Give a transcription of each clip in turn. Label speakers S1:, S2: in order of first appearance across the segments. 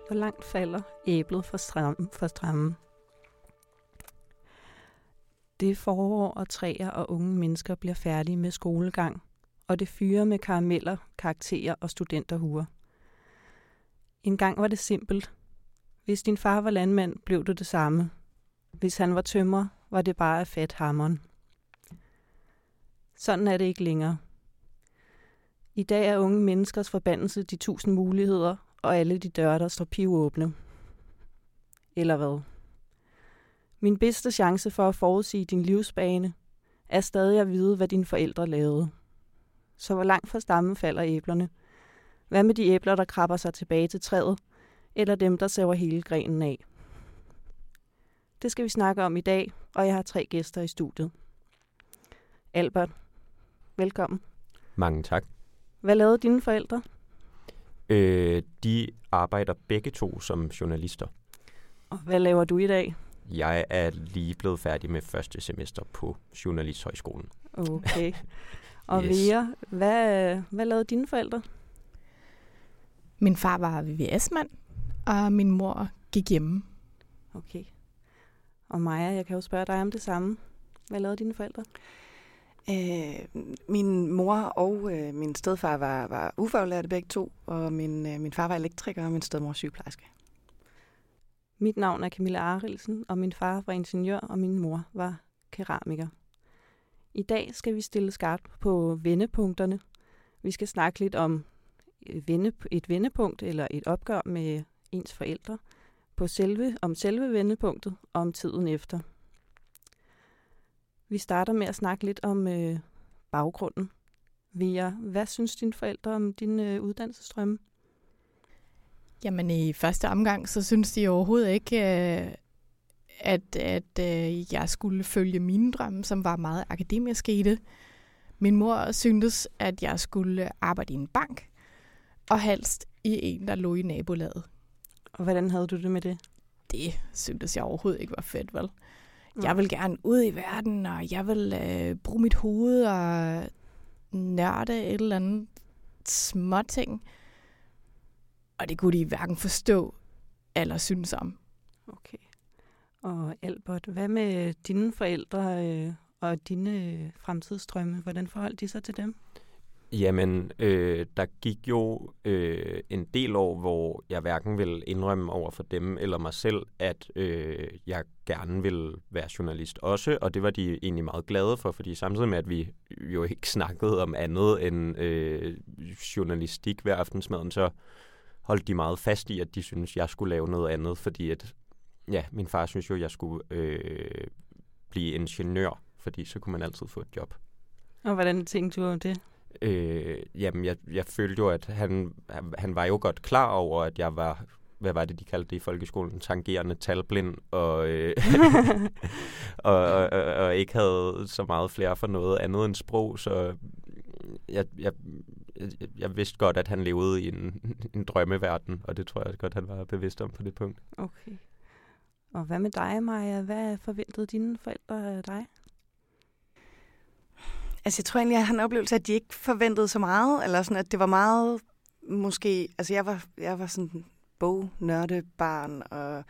S1: Hvor langt falder æblet fra strammen? Det er forår, og træer og unge mennesker bliver færdige med skolegang, og det fyrer med karameller, karakterer og studenterhuer. En gang var det simpelt. Hvis din far var landmand, blev det det samme. Hvis han var tømrer, var det bare at fatte hammeren. Sådan er det ikke længere. I dag er unge menneskers forbandelse de 1000 muligheder, og alle de døre, der står pivåbne. Eller hvad? Min bedste chance for at forudsige din livsbane er stadig at vide, hvad dine forældre lavede. Så hvor langt fra stammen falder æblerne? Hvad med de æbler, der krabber sig tilbage til træet, eller dem, der saver hele grenen af? Det skal vi snakke om i dag, og jeg har 3 gæster i studiet. Albert, velkommen.
S2: Mange tak.
S1: Hvad lavede dine forældre?
S2: De arbejder begge to som journalister.
S1: Og hvad laver du i dag?
S2: Jeg er lige blevet færdig med første semester på Journalisthøjskolen.
S1: Okay. Og
S2: Yes.
S1: Vera, hvad lavede dine forældre?
S3: Min far var VVS-mand, og min mor gik hjemme.
S1: Okay. Og Maja, jeg kan jo spørge dig om det samme. Hvad lavede dine forældre?
S4: Min mor og min stedfar var ufaglærte begge to, og min far var elektriker, og min stedmor sygeplejerske.
S1: Mit navn er Camilla Arildsen, og min far var ingeniør, og min mor var keramiker. I dag skal vi stille skarpt på vendepunkterne. Vi skal snakke lidt om et vendepunkt eller et opgør med ens forældre, om selve vendepunktet og om tiden efter. Vi starter med at snakke lidt om baggrunden. Vera, hvad synes dine forældre om din uddannelsesdrømme?
S3: Jamen i første omgang, så synes de overhovedet ikke, at jeg skulle følge mine drømme, som var meget akademiske i det. Min mor syntes, at jeg skulle arbejde i en bank, og helst i en, der lå i nabolaget.
S1: Og hvordan havde du det med det?
S3: Det syntes jeg overhovedet ikke var fedt, vel? Jeg vil gerne ud i verden, og jeg vil bruge mit hoved og nørde et eller andet småting. Og det kunne de hverken forstå eller synes om.
S1: Okay. Og Albert, hvad med dine forældre og dine fremtidsdrømme? Hvordan forholdt de sig til dem?
S2: Jamen, der gik jo en del år, hvor jeg hverken ville indrømme over for dem eller mig selv, at jeg gerne ville være journalist også, og det var de egentlig meget glade for, fordi samtidig med, at vi jo ikke snakkede om andet end journalistik hver aftensmaden, så holdt de meget fast i, at de syntes, jeg skulle lave noget andet, fordi at, ja, min far synes jo, jeg skulle blive ingeniør, fordi så kunne man altid få et job.
S1: Og hvordan tænkte du om det?
S2: Jamen, jeg følte jo, at han var jo godt klar over, at jeg var, hvad var det, de kaldte det i folkeskolen, tangerende talblind, og ikke havde så meget flere for noget andet end sprog, så jeg vidste godt, at han levede i en drømmeverden, og det tror jeg godt, han var bevidst om på det punkt.
S1: Okay. Og hvad med dig, Maja? Hvad forventede dine forældre af dig?
S4: Altså jeg tror egentlig, at han oplevelse, at de ikke forventede så meget, eller sådan, at det var meget, måske, altså jeg var sådan bognørdebarn,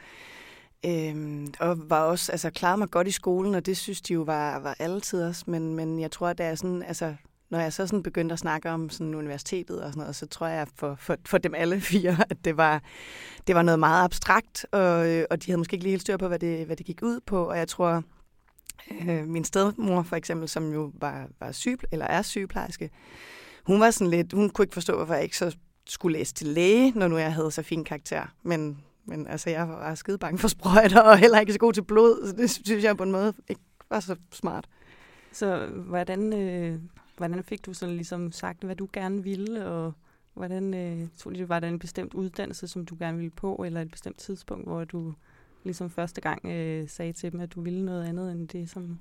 S4: og var også, altså klarede mig godt i skolen, og det synes de jo var altid også, men jeg tror, at det er sådan, altså når jeg så sådan begyndte at snakke om sådan universitetet og sådan noget, så tror jeg for dem alle 4, at det var noget meget abstrakt, og de havde måske ikke lige helt styr på, hvad det gik ud på, og jeg tror, min stedmor for eksempel, som jo er sygeplejerske, hun var sådan lidt, hun kunne ikke forstå, hvorfor jeg ikke så skulle læse til læge, når nu jeg havde så fin karakter. Men altså, jeg var skide bange for sprøjter, og heller ikke så god til blod, så det synes jeg på en måde ikke var så smart.
S1: Så hvordan fik du så ligesom sagt, hvad du gerne ville, og hvordan var der en bestemt uddannelse, som du gerne ville på, eller et bestemt tidspunkt, hvor du ligesom første gang sagde til dem, at du ville noget andet end det, som...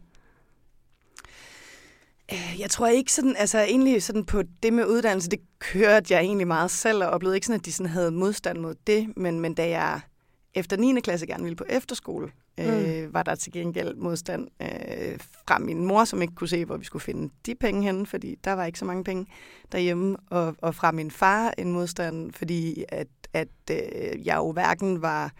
S4: Jeg tror ikke sådan, altså egentlig sådan på det med uddannelse, det kørte jeg egentlig meget selv, og oplevede ikke sådan, at de sådan havde modstand mod det, men da jeg efter 9. klasse gerne ville på efterskole, var der til gengæld modstand fra min mor, som ikke kunne se, hvor vi skulle finde de penge henne, fordi der var ikke så mange penge derhjemme, og fra min far en modstand, fordi jeg jo hverken var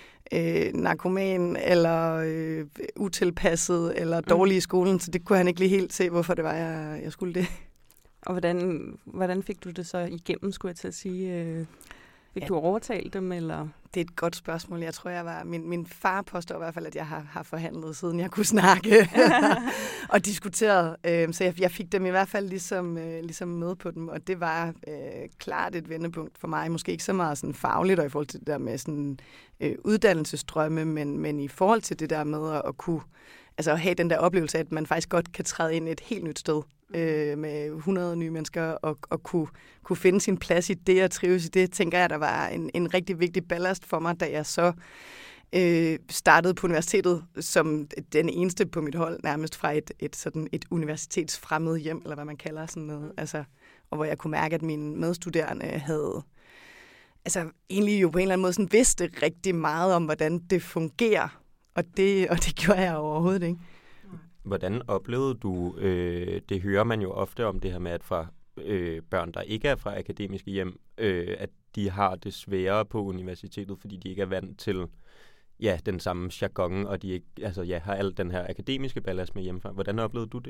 S4: narkoman eller utilpasset eller dårlig i skolen, så det kunne han ikke lige helt se, hvorfor det var, jeg skulle det.
S1: Og hvordan fik du det så igennem, skulle jeg til at sige? Fik du overtalt dem, eller?
S4: Det er et godt spørgsmål. Jeg tror, min far påstår i hvert fald, at jeg har forhandlet, siden jeg kunne snakke og diskuteret. Så jeg fik dem i hvert fald ligesom med på dem, og det var klart et vendepunkt for mig. Måske ikke så meget sådan fagligt, og i forhold til det der med sådan, uddannelsesdrømme, men i forhold til det der med at kunne at have den der oplevelse af, at man faktisk godt kan træde ind et helt nyt sted med 100 nye mennesker og kunne finde sin plads i det og trives i det, tænker jeg, der var en rigtig vigtig ballast for mig, da jeg så startede på universitetet som den eneste på mit hold, nærmest fra et universitetsfremmed hjem, eller hvad man kalder sådan noget. Altså, og hvor jeg kunne mærke, at mine medstuderende havde egentlig jo på en eller anden måde sådan vidste rigtig meget om, hvordan det fungerer. Og det gjorde jeg overhovedet ikke.
S2: Hvordan oplevede du, det hører man jo ofte om det her med, at fra børn, der ikke er fra akademiske hjem, at de har det sværere på universitetet, fordi de ikke er vant til den samme jargon, og de ikke har al den her akademiske ballast med hjemmefra. Hvordan oplevede du det?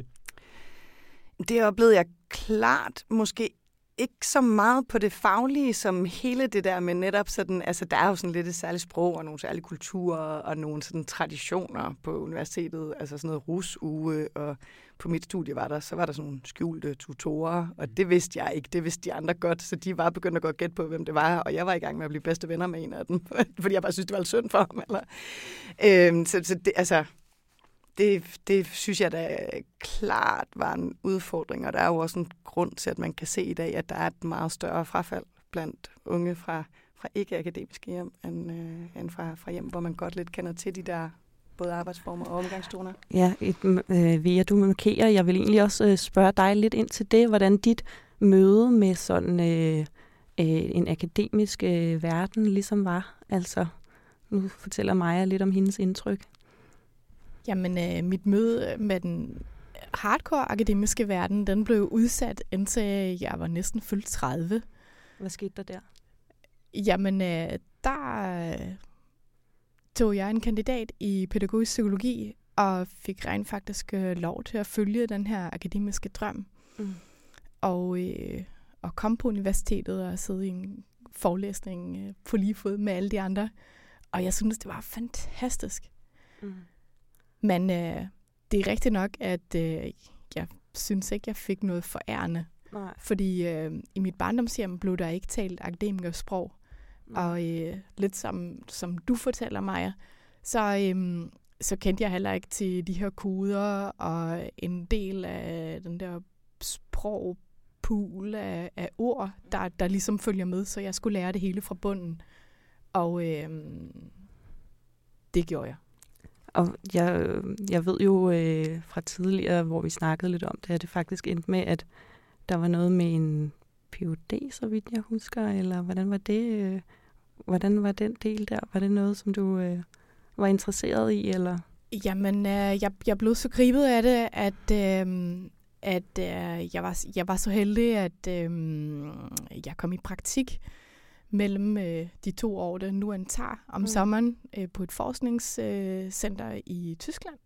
S4: Det oplevede jeg klart måske ikke så meget på det faglige, som hele det der med netop sådan, der er jo sådan lidt et særligt sprog og nogle særlige kulturer og nogle sådan traditioner på universitetet, altså sådan noget rusuge, og på mit studie var der sådan nogle skjulte tutorer, og det vidste jeg ikke, det vidste de andre godt, så de var begyndt at gå og gætte på, hvem det var, og jeg var i gang med at blive bedste venner med en af dem, fordi jeg bare synes, det var lidt synd for ham, eller. Så det synes jeg da klart var en udfordring, og der er jo også en grund til, at man kan se i dag, at der er et meget større frafald blandt unge fra ikke-akademiske hjem, end fra hjem, hvor man godt lidt kender til de der både arbejdsformer og omgangstoner.
S1: Ja, Via, du markerer. Jeg vil egentlig også spørge dig lidt ind til det, hvordan dit møde med sådan en akademisk verden ligesom var. Altså, nu fortæller Maja lidt om hendes indtryk.
S3: Jamen, mit møde med den hardcore akademiske verden, den blev udsat, indtil jeg var næsten fyldt 30.
S1: Hvad skete der der?
S3: Jamen, der tog jeg en kandidat i pædagogisk psykologi, og fik rent faktisk lov til at følge den her akademiske drøm. Og komme på universitetet og sidde i en forelæsning på lige fod med alle de andre. Og jeg synes, det var fantastisk. Men det er rigtigt nok, at jeg synes ikke, jeg fik noget forærende.
S1: Nej.
S3: Fordi i mit barndomshjem blev der ikke talt akademikersprog. Og lidt som du fortæller, Maja, så kendte jeg heller ikke til de her koder, og en del af den der sprogpool af ord, der ligesom følger med, så jeg skulle lære det hele fra bunden. Og det gjorde jeg.
S1: Og jeg ved jo fra tidligere, hvor vi snakkede lidt om det, at det faktisk endte med, at der var noget med en Ph.D., så vidt jeg husker, eller hvordan var det? Hvordan var den del der? Var det noget, som du var interesseret i, eller?
S3: Jamen, jeg blev så gribet af det, at jeg var så heldig, at jeg kom i praktik mellem de 2 år, der nu tager om sommeren på et forskningscenter i Tyskland.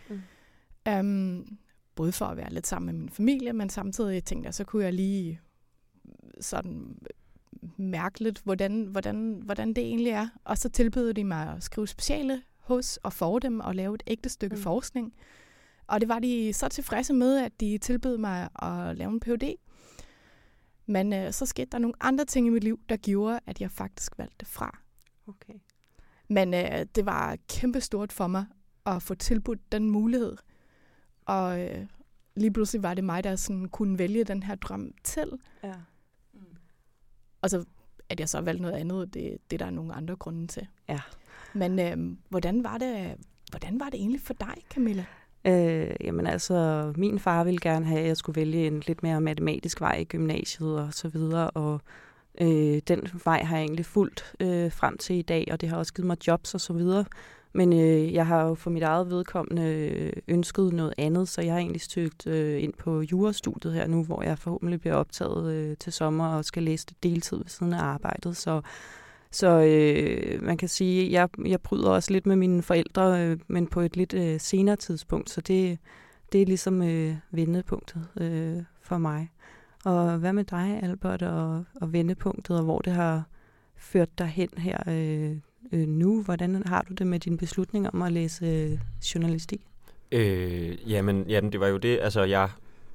S3: Både for at være lidt sammen med min familie, men samtidig tænkte jeg, så kunne jeg lige sådan mærke lidt, hvordan det egentlig er. Og så tilbød de mig at skrive speciale hos og for dem og lave et ægte stykke forskning. Og det var de så tilfredse med, at de tilbød mig at lave en Ph.D. Men så skete der nogle andre ting i mit liv, der gjorde, at jeg faktisk valgte det fra.
S1: Okay.
S3: Men det var kæmpestort for mig at få tilbudt den mulighed. Og lige pludselig var det mig, der sådan kunne vælge den her drøm til.
S1: Ja.
S3: Og så at jeg så valgte noget andet, det der er nogle andre grunde til.
S1: Ja.
S3: Men hvordan var det egentlig for dig, Camilla?
S1: Jamen altså, min far ville gerne have, at jeg skulle vælge en lidt mere matematisk vej i gymnasiet og så videre, og den vej har jeg egentlig fulgt frem til i dag, og det har også givet mig jobs og så videre. Men jeg har jo for mit eget vedkommende ønsket noget andet, så jeg har egentlig søgt ind på jurastudiet her nu, hvor jeg forhåbentlig bliver optaget til sommer og skal læse det deltid ved siden af arbejdet. Så Så man kan sige, at jeg bryder også lidt med mine forældre, men på et lidt senere tidspunkt. Så det er ligesom vendepunktet for mig. Og hvad med dig, Albert, og vendepunktet, og hvor det har ført dig hen her nu? Hvordan har du det med din beslutning om at læse journalistik?
S2: Jamen, det var jo det. Altså, jeg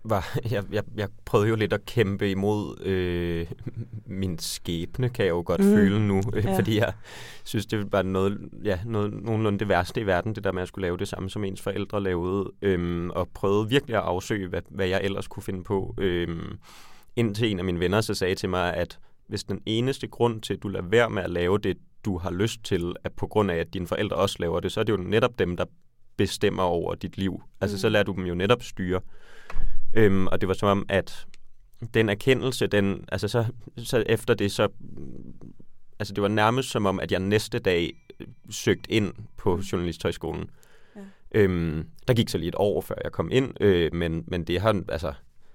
S2: prøvede jo lidt at kæmpe imod min skæbne, kan jeg jo godt føle nu, fordi jeg synes, det var noget nogenlunde det værste i verden, det der med at skulle lave det samme, som ens forældre lavede, og prøvede virkelig at afsøge, hvad jeg ellers kunne finde på, indtil en af mine venner så sagde til mig, at hvis den eneste grund til, at du lader være med at lave det, du har lyst til, er på grund af, at dine forældre også laver det, så er det jo netop dem, der bestemmer over dit liv. Altså, så lader du dem jo netop styre. Og det var som om, at den erkendelse, så efter det, så altså det var nærmest som om, at jeg næste dag søgte ind på Journalisthøjskolen. Ja. Der gik så lige et år, før jeg kom ind, men det har, altså,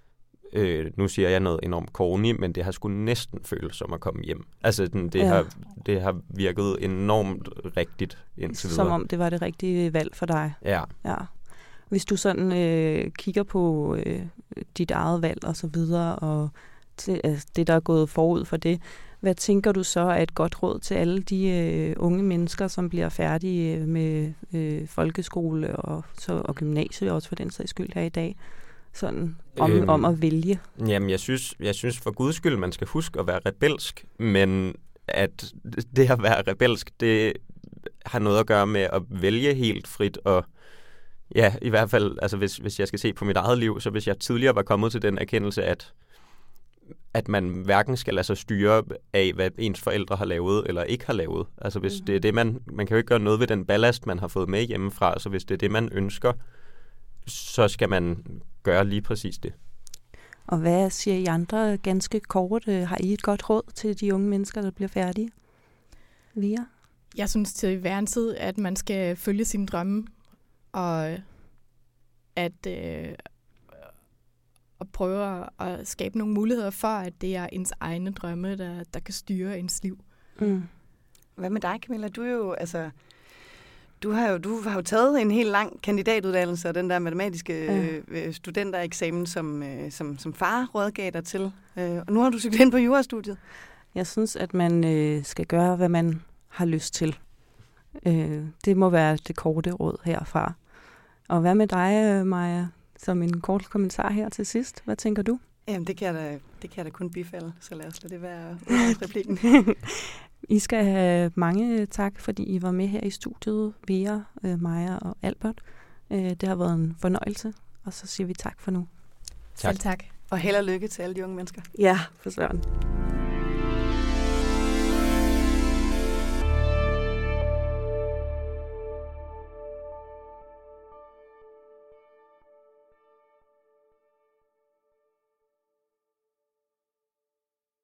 S2: nu siger jeg noget enormt corny, men det har sgu næsten føles som at komme hjem. Altså, det har virket enormt rigtigt indtil videre.
S1: Som om det var det rigtige valg for dig.
S2: Ja.
S1: Hvis du sådan kigger på dit eget valg og så videre, og det, der er gået forud for det, hvad tænker du så er et godt råd til alle de unge mennesker, som bliver færdige med folkeskole og gymnasie, også for den sags skyld her i dag, sådan om at vælge?
S2: Jamen, jeg synes for guds skyld, man skal huske at være rebelsk, men at det at være rebelsk, det har noget at gøre med at vælge helt frit, og ja, i hvert fald, altså hvis jeg skal se på mit eget liv, så hvis jeg tidligere var kommet til den erkendelse, at man hverken skal lade sig styre af, hvad ens forældre har lavet eller ikke har lavet. Altså hvis det er det, man kan jo ikke gøre noget ved den ballast, man har fået med hjemmefra, så hvis det er det, man ønsker, så skal man gøre lige præcis det.
S1: Og hvad siger I andre ganske kort? Har I et godt råd til de unge mennesker, der bliver færdige? Via?
S3: Jeg synes til hver en tid, at man skal følge sine drømme, og at prøve at skabe nogle muligheder for, at det er ens egne drømme, der kan styre ens liv.
S4: Mm. Hvad med dig, Camilla? Du har jo taget en helt lang kandidatuddannelse og den der matematiske studentereksamen, som far rådgav dig til. Og nu har du cyklet ind på jurastudiet.
S1: Jeg synes, at man skal gøre, hvad man har lyst til. Det må være det korte råd herfra. Og hvad med dig, Maja, som en kort kommentar her til sidst? Hvad tænker du?
S4: Jamen, det kan jeg da kun bifalde, så lad os lade det være replikken.
S1: I skal have mange tak, fordi I var med her i studiet, Vera, Maja og Albert. Det har været en fornøjelse, og så siger vi tak for nu.
S3: Tak. Selv tak.
S4: Og held og lykke til alle de unge mennesker.
S1: Ja, for søren.